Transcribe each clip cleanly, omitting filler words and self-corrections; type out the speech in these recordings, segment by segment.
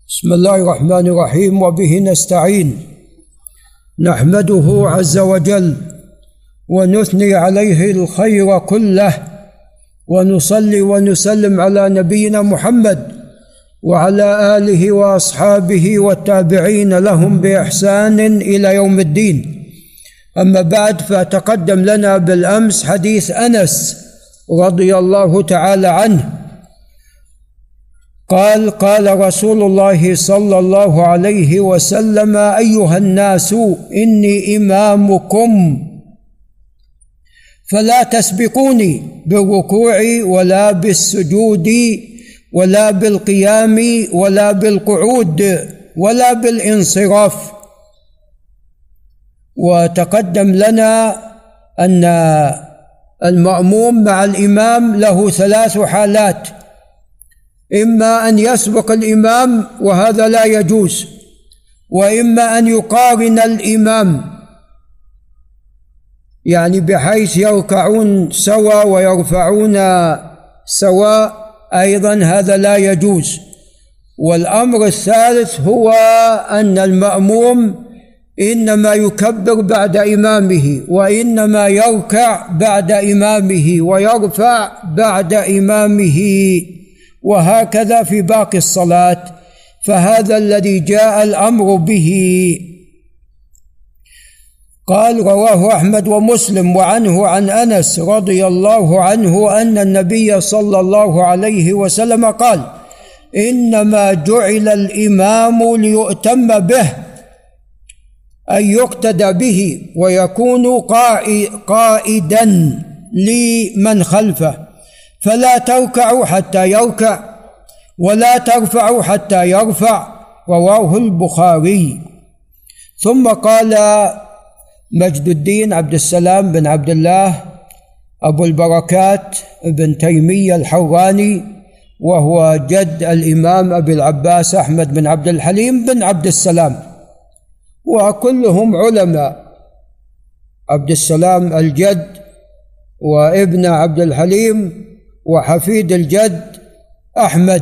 بسم الله الرحمن الرحيم، وبه نستعين. نحمده عز وجل ونثني عليه الخير كله، ونصلي ونسلم على نبينا محمد وعلى آله وأصحابه والتابعين لهم بإحسان إلى يوم الدين. أما بعد، فتقدم لنا بالأمس حديث أنس رضي الله تعالى عنه قال رسول الله صلى الله عليه وسلم: أيها الناس، إني إمامكم فلا تسبقوني بالركوع ولا بالسجود ولا بالقيام ولا بالقعود ولا بالانصراف. وتقدم لنا أن المأموم مع الإمام له 3 حالات: إما أن يسبق الإمام وهذا لا يجوز، وإما أن يقارن الإمام، يعني بحيث يركعون سوا ويرفعون سوا، أيضا هذا لا يجوز. والأمر الثالث هو أن المأموم إنما يكبر بعد إمامه، وإنما يركع بعد إمامه، ويرفع بعد إمامه، وهكذا في باقي الصلاة. فهذا الذي جاء الأمر به. قال: رواه أحمد ومسلم وعنه عن أنس رضي الله عنه أن النبي صلى الله عليه وسلم قال: إنما جعل الإمام ليؤتم به، أن يقتدى به، ويكون قائدا لمن خلفه، فلا تركعوا حتى يركع ولا ترفعوا حتى يرفع. رواه البخاري. ثم قال مجد الدين عبد السلام بن عبد الله أبو البركات بن تيمية الحوراني، وهو جد الإمام أبي العباس أحمد بن عبد الحليم بن عبد السلام، وكلهم علماء. عبد السلام الجد، وابن عبد الحليم، وحفيد الجد أحمد.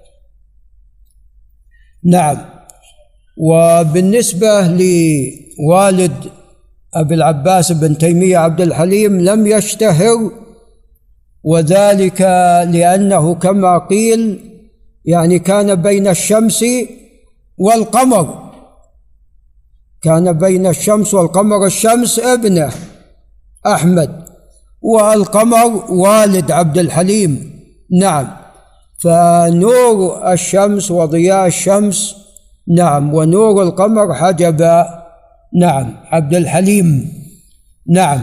نعم. وبالنسبة لوالد أبي العباس بن تيمية عبد الحليم لم يشتهر، وذلك لأنه كما قيل يعني كان بين الشمس والقمر، كان بين الشمس والقمر. الشمس ابنه أحمد، والقمر والد عبد الحليم. نعم. فنور الشمس وضياء الشمس، نعم، ونور القمر حجب، نعم، عبد الحليم. نعم.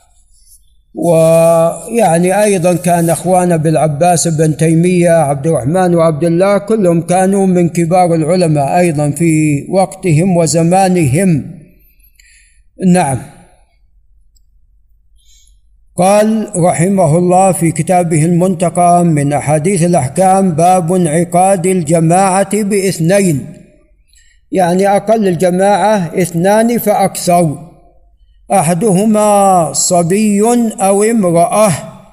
ويعني أيضا كان أخوان بالعباس بن تيمية عبد الرحمن وعبد الله كلهم كانوا من كبار العلماء أيضا في وقتهم وزمانهم. نعم. قال رحمه الله في كتابه المنتقى من أحاديث الأحكام: باب انعقاد الجماعة ب2، يعني أقل الجماعة 2 فأكثر، أحدهما صبي أو امرأة.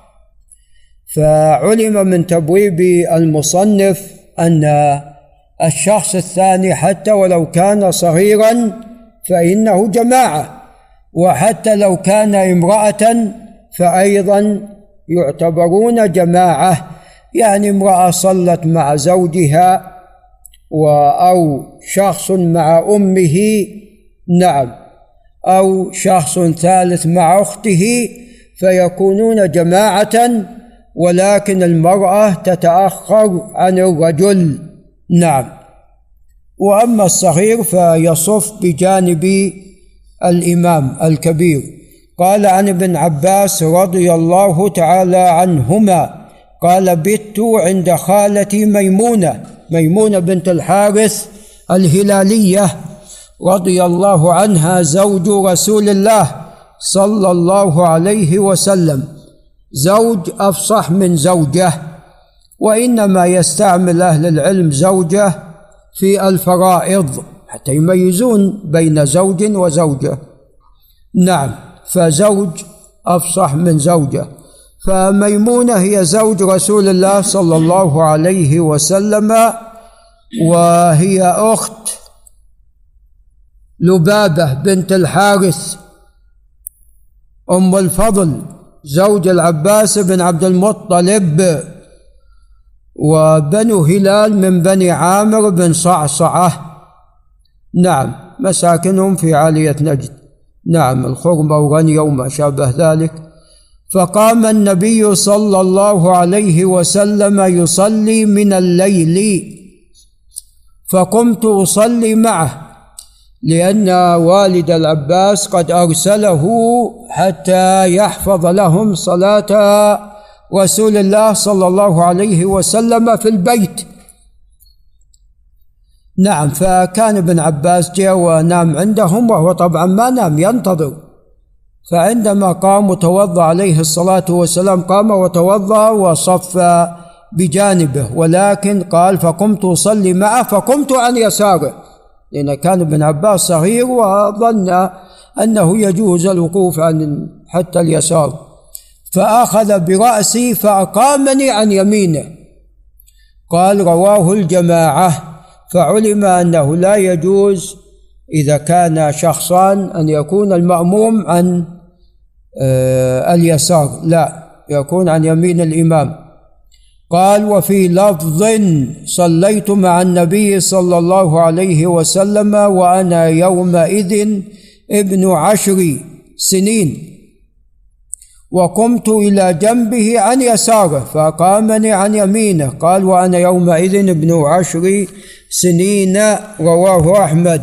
فعلم من تبويب المصنف أن الشخص الثاني حتى ولو كان صغيرا فإنه جماعة، وحتى لو كان امرأة فأيضا يعتبرون جماعة، يعني امرأة صلت مع زوجها أو شخص مع أمه، نعم، أو شخص ثالث مع أخته، فيكونون جماعة، ولكن المرأة تتأخر عن الرجل. نعم. وأما الصغير فيصف بجانب الإمام الكبير. قال عن ابن عباس رضي الله تعالى عنهما قال: بت عند خالتي ميمونة بنت الحارث الهلالية رضي الله عنها، زوج رسول الله صلى الله عليه وسلم، زوج أفصح من زوجه، وإنما يستعمل أهل العلم زوجه في الفرائض حتى يميزون بين زوج وزوجة. نعم. فزوج أفصح من زوجه. فميمونة هي زوج رسول الله صلى الله عليه وسلم، وهي أخت لبابة بنت الحارث أم الفضل زوج العباس بن عبد المطلب، وبنو هلال من بني عامر بن صعصعة، نعم، مساكنهم في عالية نجد، نعم، الخرمة وغنية وما شابه ذلك. فقام النبي صلى الله عليه وسلم يصلي من الليل، فقمت أصلي معه، لأن والد العباس قد أرسله حتى يحفظ لهم صلاة رسول الله صلى الله عليه وسلم في البيت. نعم، فكان ابن عباس جاء ونام عندهم، وهو طبعا ما نام، ينتظر. فعندما قام وتوضأ عليه الصلاة والسلام، قام وتوضأ وصف بجانبه، ولكن قال فقمت أصلي معه، فقمت عن يساره، لأن كان ابن عباس صغير وظن أنه يجوز الوقوف عن حتى اليسار، فأخذ برأسي فأقامني عن يمينه. قال رواه الجماعة. فعلم أنه لا يجوز إذا كان شخصان أن يكون المأموم عن اليسار، لا، يكون عن يمين الإمام. قال وفي لفظ صليت مع النبي صلى الله عليه وسلم وأنا يومئذ ابن 10 سنين، وقمت إلى جنبه عن يساره فقامني عن يمينه. قال وأنا يومئذ ابن 10 سنين، رواه أحمد.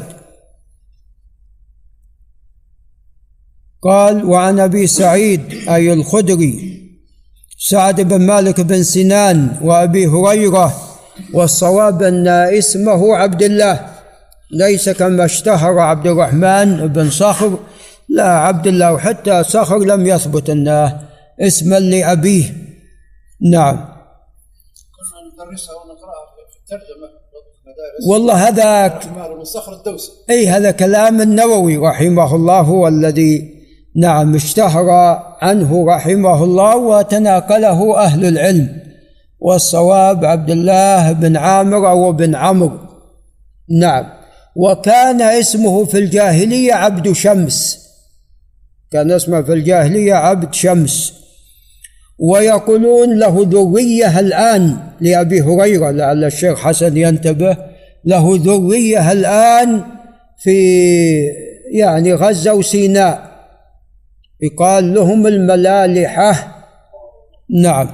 قال وعن أبي سعيد أي الخدري سعد بن مالك بن سنان وأبي هريرة، والصواب أن اسمه عبد الله، ليس كما اشتهر عبد الرحمن بن صخر، لا، عبد الله، وحتى صخر لم يثبت أنه اسما لأبيه. نعم. كنا ندرسها ونقرأها في الترجمة والله هذا من صخر الدوسي، أي هذا كلام النووي رحمه الله، هو الذي نعم اشتهر عنه رحمه الله وتناقله أهل العلم، والصواب عبد الله بن عامر أو بن عمرو. نعم. وكان اسمه في الجاهلية عبد شمس، كان اسمه في الجاهلية عبد شمس، ويقولون له ذرية الآن لأبي هريرة، لعل الشيخ حسن ينتبه، له ذرية الآن في يعني غزة وسيناء، يقال لهم الملالحة. نعم.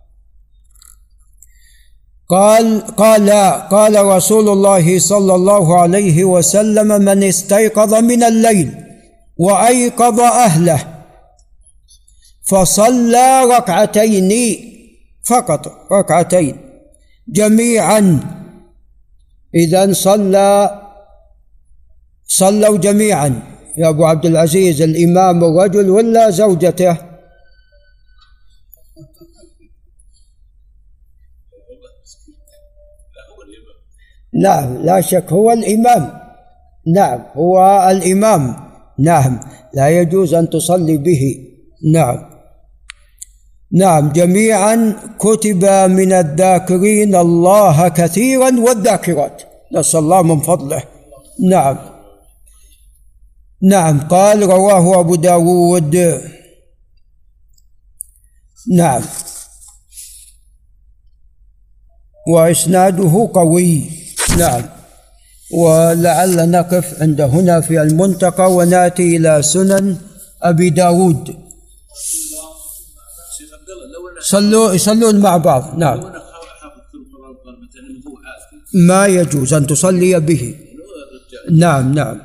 قال رسول الله صلى الله عليه وسلم من استيقظ من الليل وأيقظ أهله فصلى ركعتين فقط، ركعتين جميعا، إذن صلوا جميعا يا أبو عبد العزيز، الإمام الرجل ولا زوجته؟ نعم، لا شك هو الإمام، نعم، هو الإمام، نعم، لا يجوز أن تصلي به. نعم. نعم، جميعا كتب من الذاكرين الله كثيرا والذاكرات، نسأل الله من فضله. نعم. نعم. قال رواه أبو داود. نعم، وإسناده قوي. نعم. ولعل نقف عند هنا في المنتقى ونأتي إلى سنن أبي داود. يصلون مع بعض. نعم. ما يجوز أن تصلي به. نعم. نعم.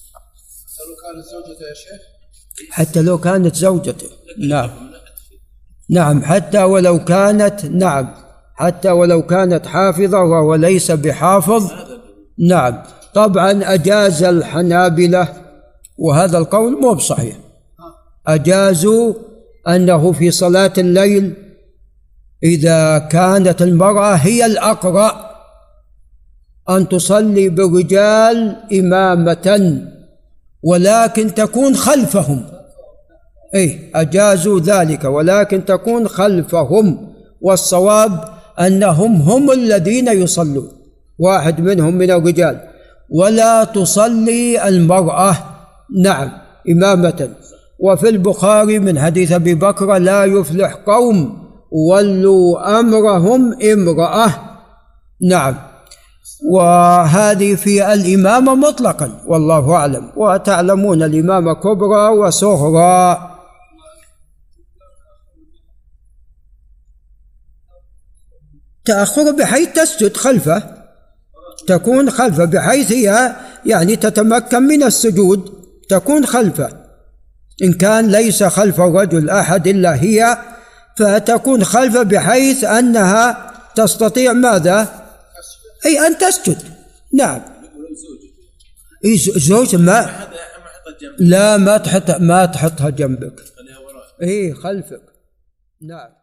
حتى لو كانت زوجته. نعم. نعم، حتى ولو كانت، نعم، حتى ولو كانت حافظة وهو ليس بحافظ. نعم. طبعا أجاز الحنابلة، وهذا القول مو بصحيح، أجازوا أنه في صلاة الليل إذا كانت المرأة هي الأقرأ أن تصلي بالرجال إمامة، ولكن تكون خلفهم، أجازوا ذلك، ولكن تكون خلفهم، والصواب أنهم هم الذين يصلون، واحد منهم من الرجال. ولا تصلي المرأة نعم إمامة. وفي البخاري من حديث أبي بكر لا يفلح قوم ولوا أمرهم امرأة نعم. وهذه في الإمامة مطلقا والله أعلم. وتعلمون الإمامة كبرى وصغرى. تأخر بحيث تسجد خلفه، تكون خلفه بحيث هي يعني تتمكن من السجود، تكون خلفه. إن كان ليس خلف الرجل أحد إلا هي فتكون خلفه بحيث أنها تستطيع ماذا؟ أي أن تسجد نعم. زوج ما لا ما تحطها جنبك، خلفك نعم.